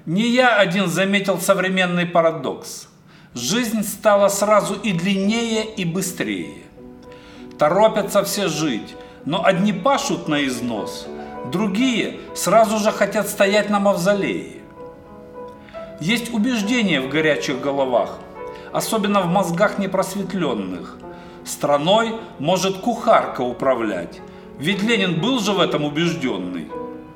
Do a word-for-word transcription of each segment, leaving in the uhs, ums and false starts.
Не я один заметил современный парадокс. Жизнь стала сразу и длиннее, и быстрее. Торопятся все жить, но одни пашут на износ, другие сразу же хотят стоять на мавзолее. Есть убеждения в горячих головах, особенно в мозгах непросветленных. Страной может кухарка управлять, ведь Ленин был же в этом убежденный.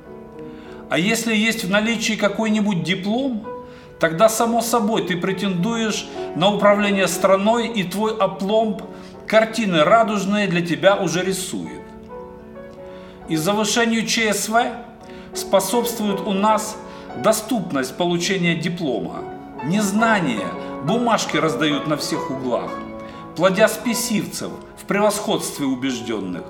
А если есть в наличии какой-нибудь диплом, тогда само собой ты претендуешь на управление страной, и твой опломб картины радужные для тебя уже рисует. И завышению ЧСВ способствует у нас доступность получения диплома. Незнание бумажки раздают на всех углах, плодя спесивцев в превосходстве убежденных.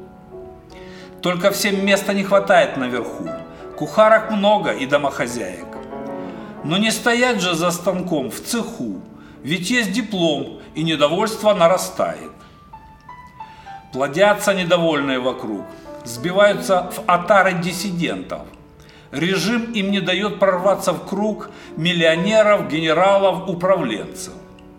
Только всем места не хватает наверху. Кухарок много и домохозяек. Но не стоять же за станком в цеху, ведь есть диплом, и недовольство нарастает. Плодятся недовольные вокруг, сбиваются в отары диссидентов. Режим им не дает прорваться в круг миллионеров, генералов, управленцев.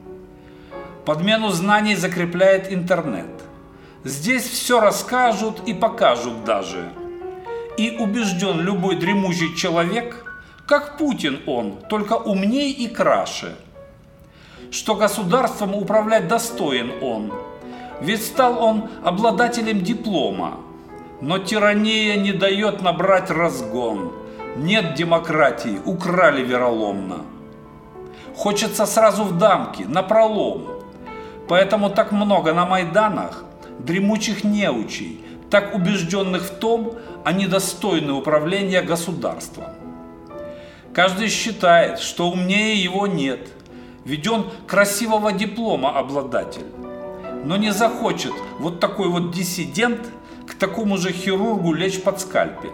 Подмену знаний закрепляет интернет. Здесь все расскажут и покажут даже. И убежден любой дремучий человек, как Путин он, только умней и краше. Что государством управлять достоин он, ведь стал он обладателем диплома. Но тирания не дает набрать разгон. Нет демократии, украли вероломно. Хочется сразу в дамки, напролом. Поэтому так много на майданах дремучих неучей, так убежденных в том, они достойны управления государством. Каждый считает, что умнее его нет, ведь он красивого диплома обладатель. Но не захочет вот такой вот диссидент к такому же хирургу лечь под скальпель.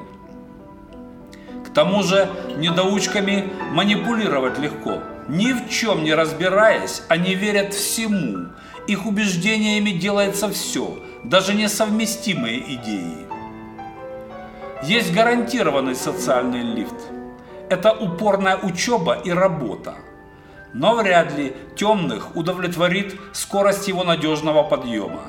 К тому же недоучками манипулировать легко. Ни в чем не разбираясь, они верят всему. Их убеждениями делается все, даже несовместимые идеи. Есть гарантированный социальный лифт. Это упорная учеба и работа. Но вряд ли темных удовлетворит скорость его надежного подъема.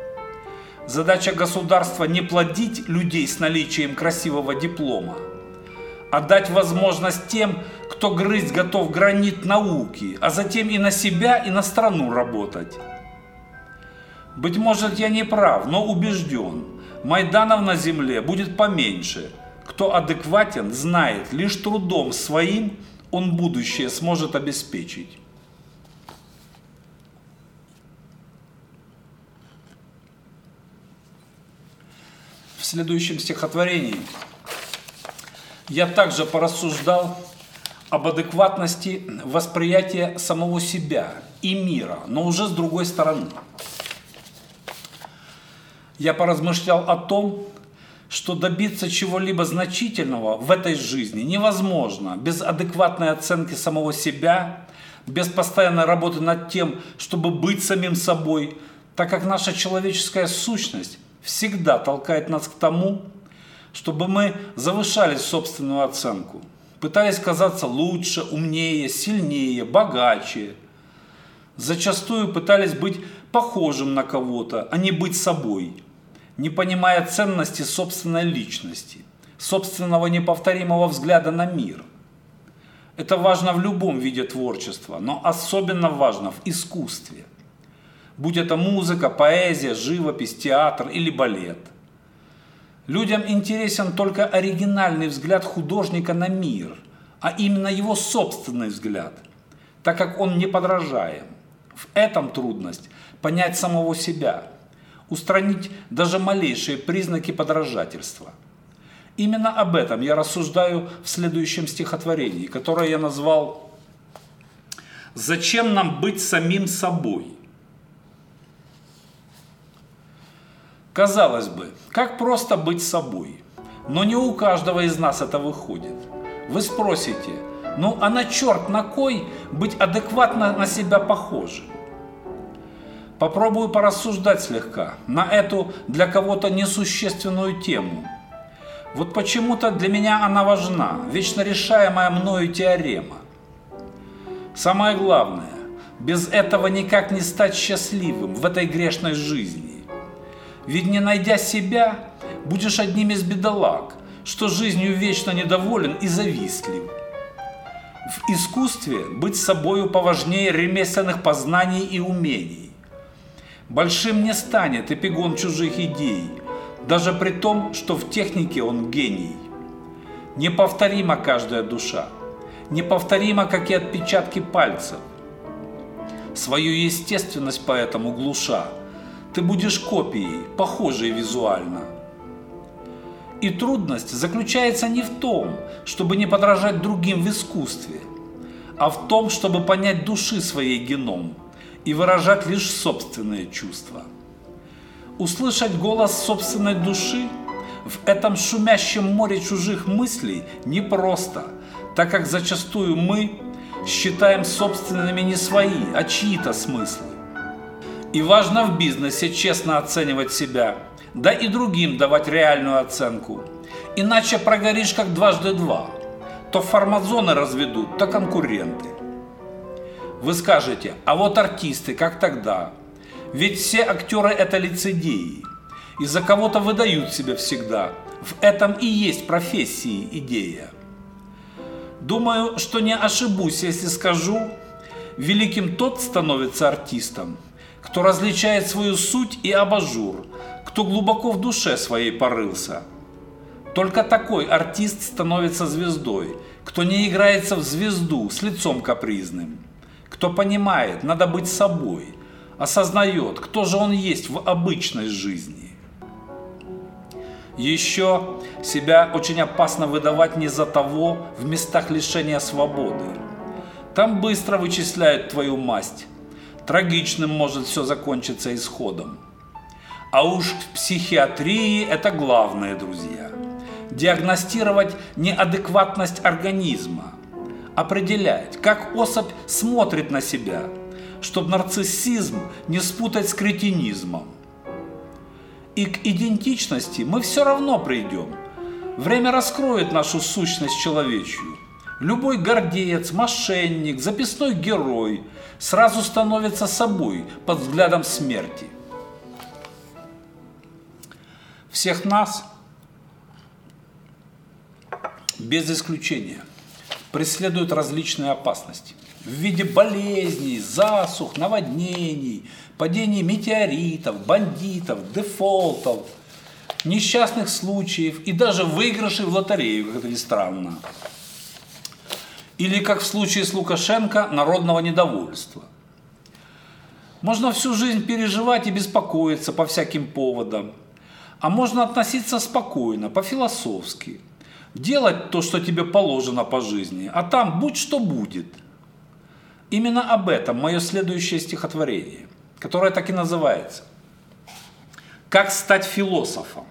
Задача государства не плодить людей с наличием красивого диплома, а дать возможность тем, кто грызть готов гранит науки, а затем и на себя, и на страну работать. Быть может, я не прав, но убежден, майданов на земле будет поменьше. Кто адекватен, знает, лишь трудом своим он будущее сможет обеспечить. В следующем стихотворении я также порассуждал об адекватности восприятия самого себя и мира, но уже с другой стороны. Я поразмышлял о том, что добиться чего-либо значительного в этой жизни невозможно без адекватной оценки самого себя, без постоянной работы над тем, чтобы быть самим собой, так как наша человеческая сущность всегда толкает нас к тому, чтобы мы завышали собственную оценку, пытались казаться лучше, умнее, сильнее, богаче. Зачастую пытались быть похожим на кого-то, а не быть собой, не понимая ценности собственной личности, собственного неповторимого взгляда на мир. Это важно в любом виде творчества, но особенно важно в искусстве. Будь это музыка, поэзия, живопись, театр или балет. Людям интересен только оригинальный взгляд художника на мир, а именно его собственный взгляд, так как он неподражаем. В этом трудность понять самого себя, устранить даже малейшие признаки подражательства. Именно об этом я рассуждаю в следующем стихотворении, которое я назвал «Зачем нам быть самим собой?». Казалось бы, как просто быть собой, но не у каждого из нас это выходит. Вы спросите, ну а на черт на кой быть адекватно на себя похожим? Попробую порассуждать слегка на эту для кого-то несущественную тему. Вот почему-то для меня она важна, вечно решаемая мною теорема. Самое главное, без этого никак не стать счастливым в этой грешной жизни. Ведь не найдя себя, будешь одним из бедолаг, что жизнью вечно недоволен и завистлив. В искусстве быть собою поважнее ремесленных познаний и умений. Большим не станет эпигон чужих идей, даже при том, что в технике он гений. Неповторима каждая душа, неповторима, как и отпечатки пальцев. Свою естественность поэтому глуша, ты будешь копией, похожей визуально. И трудность заключается не в том, чтобы не подражать другим в искусстве, а в том, чтобы понять души своей геном и выражать лишь собственные чувства. Услышать голос собственной души в этом шумящем море чужих мыслей непросто, так как зачастую мы считаем собственными не свои, а чьи-то смыслы. И важно в бизнесе честно оценивать себя, да и другим давать реальную оценку. Иначе прогоришь как дважды два. То фармазоны разведут, то конкуренты. Вы скажете, а вот артисты, как тогда? Ведь все актеры это лицедеи. И за кого-то выдают себя всегда. В этом и есть профессии идея. Думаю, что не ошибусь, если скажу, великим тот становится артистом, кто различает свою суть и абажур, кто глубоко в душе своей порылся. Только такой артист становится звездой, кто не играется в звезду с лицом капризным, кто понимает, надо быть собой, осознает, кто же он есть в обычной жизни. Еще себя очень опасно выдавать не за того в местах лишения свободы. Там быстро вычисляют твою масть. Трагичным может все закончиться исходом. А уж в психиатрии это главное, друзья. Диагностировать неадекватность организма. Определять, как особь смотрит на себя, чтобы нарциссизм не спутать с кретинизмом. И к идентичности мы все равно придем. Время раскроет нашу сущность человечью. Любой гордец, мошенник, записной герой сразу становится собой под взглядом смерти. Всех нас, без исключения, преследуют различные опасности в виде болезней, засух, наводнений, падений метеоритов, бандитов, дефолтов, несчастных случаев и даже выигрышей в лотерею, как это ни странно. Или, как в случае с Лукашенко, народного недовольства. Можно всю жизнь переживать и беспокоиться по всяким поводам, а можно относиться спокойно, по-философски, делать то, что тебе положено по жизни, а там будь что будет. Именно об этом мое следующее стихотворение, которое так и называется «Как стать философом».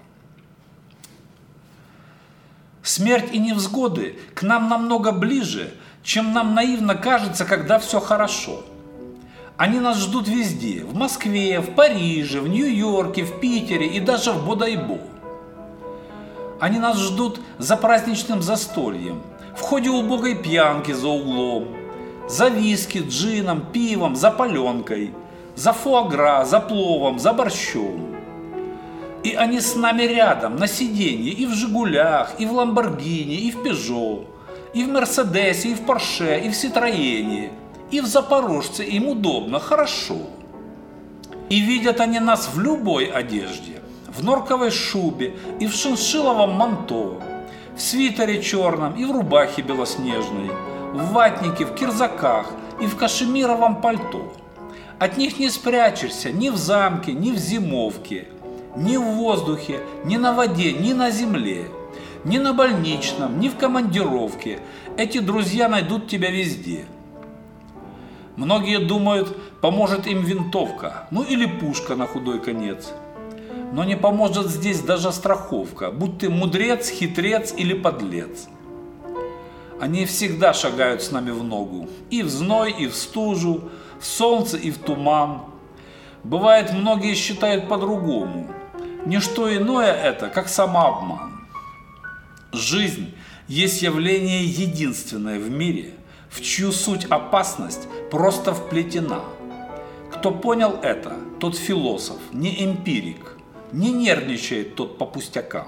Смерть и невзгоды к нам намного ближе, чем нам наивно кажется, когда все хорошо. Они нас ждут везде, в Москве, в Париже, в Нью-Йорке, в Питере и даже в Бодайбо. Они нас ждут за праздничным застольем, в ходе убогой пьянки за углом, за виски, джином, пивом, за паленкой, за фуагра, за пловом, за борщом. И они с нами рядом, на сиденье, и в «Жигулях», и в «Ламборгини», и в «Пежо», и в «Мерседесе», и в «Порше», и в «Ситроене», и в «Запорожце», им удобно, хорошо. И видят они нас в любой одежде, в норковой шубе и в шиншилловом манто, в свитере черном и в рубахе белоснежной, в ватнике, в кирзаках и в кашемировом пальто. От них не спрячешься ни в замке, ни в зимовке, ни в воздухе, ни на воде, ни на земле, ни на больничном, ни в командировке. Эти друзья найдут тебя везде. Многие думают, поможет им винтовка, ну или пушка на худой конец. Но не поможет здесь даже страховка, будь ты мудрец, хитрец или подлец. Они всегда шагают с нами в ногу, и в зной, и в стужу, в солнце и в туман. Бывает, многие считают по-другому. Ничто иное это, как самообман. Жизнь есть явление единственное в мире, в чью суть опасность просто вплетена. Кто понял это, тот философ, не эмпирик, не нервничает тот по пустякам.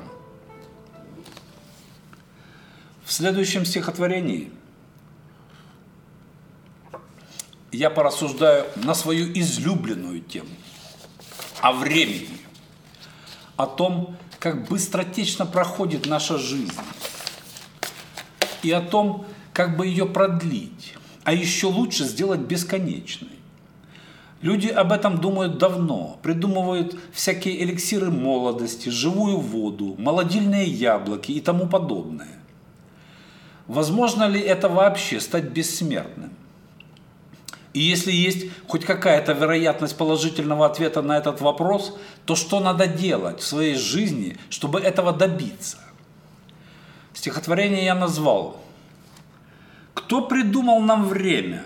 В следующем стихотворении я порассуждаю на свою излюбленную тему – о времени, о том, как быстротечно проходит наша жизнь, и о том, как бы ее продлить, а еще лучше сделать бесконечной. Люди об этом думают давно, придумывают всякие эликсиры молодости, живую воду, молодильные яблоки и тому подобное. Возможно ли это вообще стать бессмертным? И если есть хоть какая-то вероятность положительного ответа на этот вопрос, то что надо делать в своей жизни, чтобы этого добиться? Стихотворение я назвал «Кто придумал нам время?»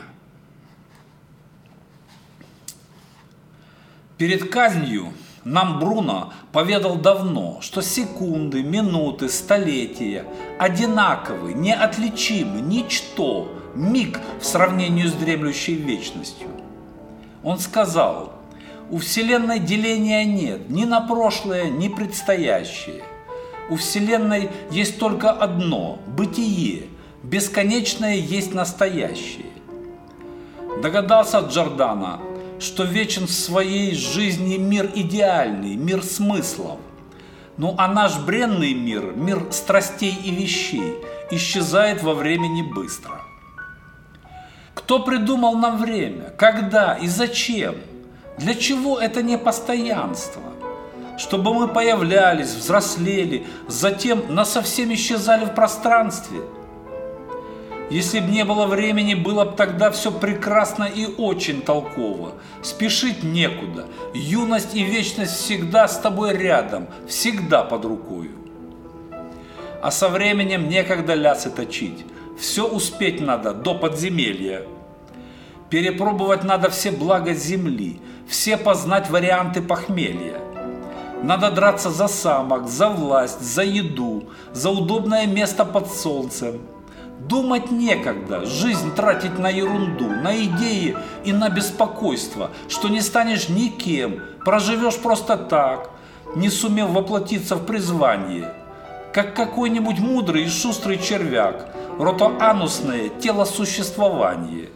Перед казнью нам Бруно поведал давно, что секунды, минуты, столетия одинаковы, неотличимы, ничто, миг в сравнении с дремлющей вечностью. Он сказал, у Вселенной деления нет ни на прошлое, ни предстоящее. У Вселенной есть только одно – бытие, бесконечное есть настоящее. Догадался Джордано, что вечен в своей жизни мир идеальный, мир смыслов. Ну а наш бренный мир, мир страстей и вещей, исчезает во времени быстро. Кто придумал нам время? Когда и зачем? Для чего это непостоянство? Чтобы мы появлялись, взрослели, затем насовсем исчезали в пространстве? Если бы не было времени, было бы тогда все прекрасно и очень толково. Спешить некуда. Юность и вечность всегда с тобой рядом, всегда под рукою. А со временем некогда лясы точить. Все успеть надо до подземелья. Перепробовать надо все блага земли, все познать варианты похмелья. Надо драться за самок, за власть, за еду, за удобное место под солнцем. Думать некогда, жизнь тратить на ерунду, на идеи и на беспокойство, что не станешь никем, проживешь просто так, не сумев воплотиться в призвание, как какой-нибудь мудрый и шустрый червяк, ротоанусное телосуществование.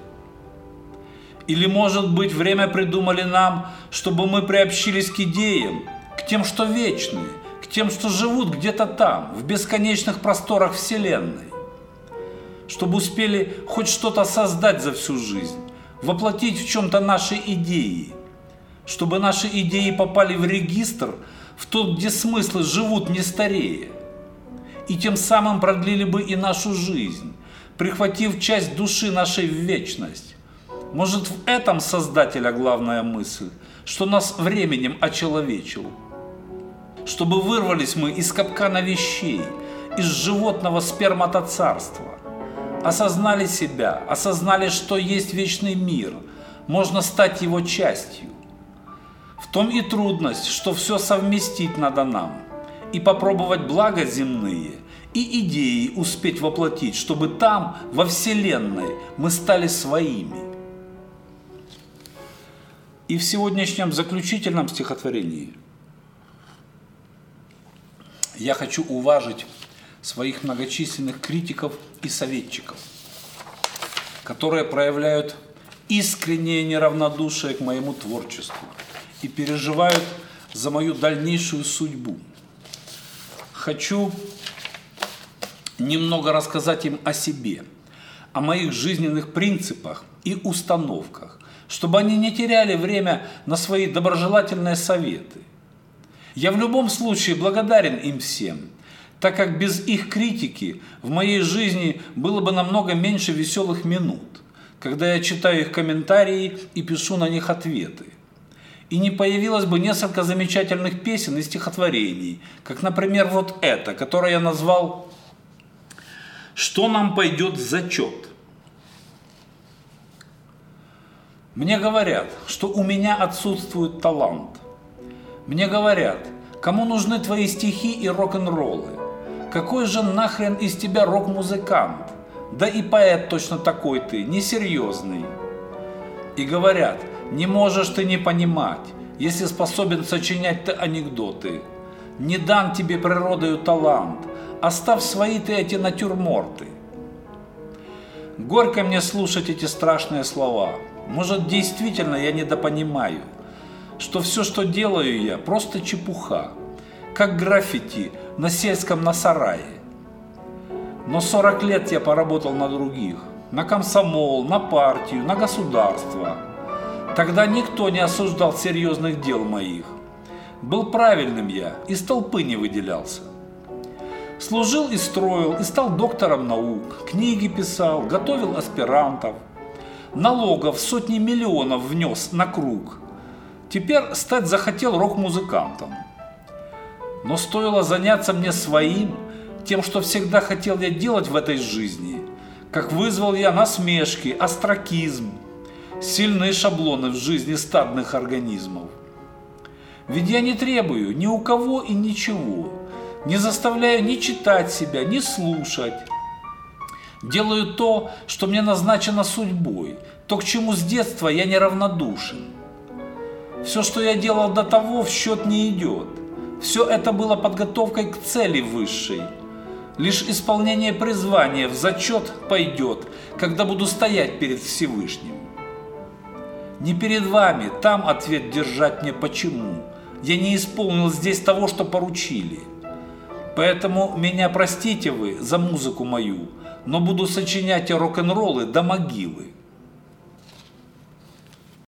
Или, может быть, время придумали нам, чтобы мы приобщились к идеям, к тем, что вечны, к тем, что живут где-то там, в бесконечных просторах Вселенной. Чтобы успели хоть что-то создать за всю жизнь, воплотить в чем-то наши идеи, чтобы наши идеи попали в регистр, в тот, где смыслы живут не старея, и тем самым продлили бы и нашу жизнь, прихватив часть души нашей в вечность. Может, в этом Создателя главная мысль, что нас временем очеловечил, чтобы вырвались мы из капкана вещей, из животного сперматоцарства, осознали себя, осознали, что есть вечный мир, можно стать его частью. В том и трудность, что все совместить надо нам, и попробовать блага земные, и идеи успеть воплотить, чтобы там, во Вселенной, мы стали своими. И в сегодняшнем заключительном стихотворении я хочу уважить своих многочисленных критиков и советчиков, которые проявляют искреннее неравнодушие к моему творчеству и переживают за мою дальнейшую судьбу. Хочу немного рассказать им о себе, о моих жизненных принципах и установках, чтобы они не теряли время на свои доброжелательные советы. Я в любом случае благодарен им всем, так как без их критики в моей жизни было бы намного меньше веселых минут, когда я читаю их комментарии и пишу на них ответы. И не появилось бы несколько замечательных песен и стихотворений, как, например, вот это, которое я назвал «Что нам пойдет в зачет?». Мне говорят, что у меня отсутствует талант. Мне говорят, кому нужны твои стихи и рок-н-роллы? Какой же нахрен из тебя рок-музыкант? Да и поэт точно такой ты, несерьезный. И говорят, не можешь ты не понимать, если способен сочинять ты анекдоты. Не дан тебе природою талант, оставь свои ты эти натюрморты. Горько мне слушать эти страшные слова. Может, действительно я недопонимаю, что все, что делаю я, просто чепуха, как граффити на сельском насарае. Но сорок лет я поработал на других, на комсомол, на партию, на государство. Тогда никто не осуждал серьезных дел моих. Был правильным я, из толпы не выделялся. Служил и строил, и стал доктором наук, книги писал, готовил аспирантов. Налогов сотни миллионов внес на круг. Теперь стать захотел рок-музыкантом. Но стоило заняться мне своим, тем, что всегда хотел я делать в этой жизни, как вызвал я насмешки, остракизм, сильные шаблоны в жизни стадных организмов. Ведь я не требую ни у кого и ничего, не заставляю ни читать себя, ни слушать. Делаю то, что мне назначено судьбой, то, к чему с детства я неравнодушен. Все, что я делал до того, в счет не идет. Все это было подготовкой к цели высшей. Лишь исполнение призвания в зачет пойдет, когда буду стоять перед Всевышним. Не перед вами, там ответ держать мне почему. Я не исполнил здесь того, что поручили. Поэтому меня простите вы за музыку мою, но буду сочинять рок-н-роллы до могилы.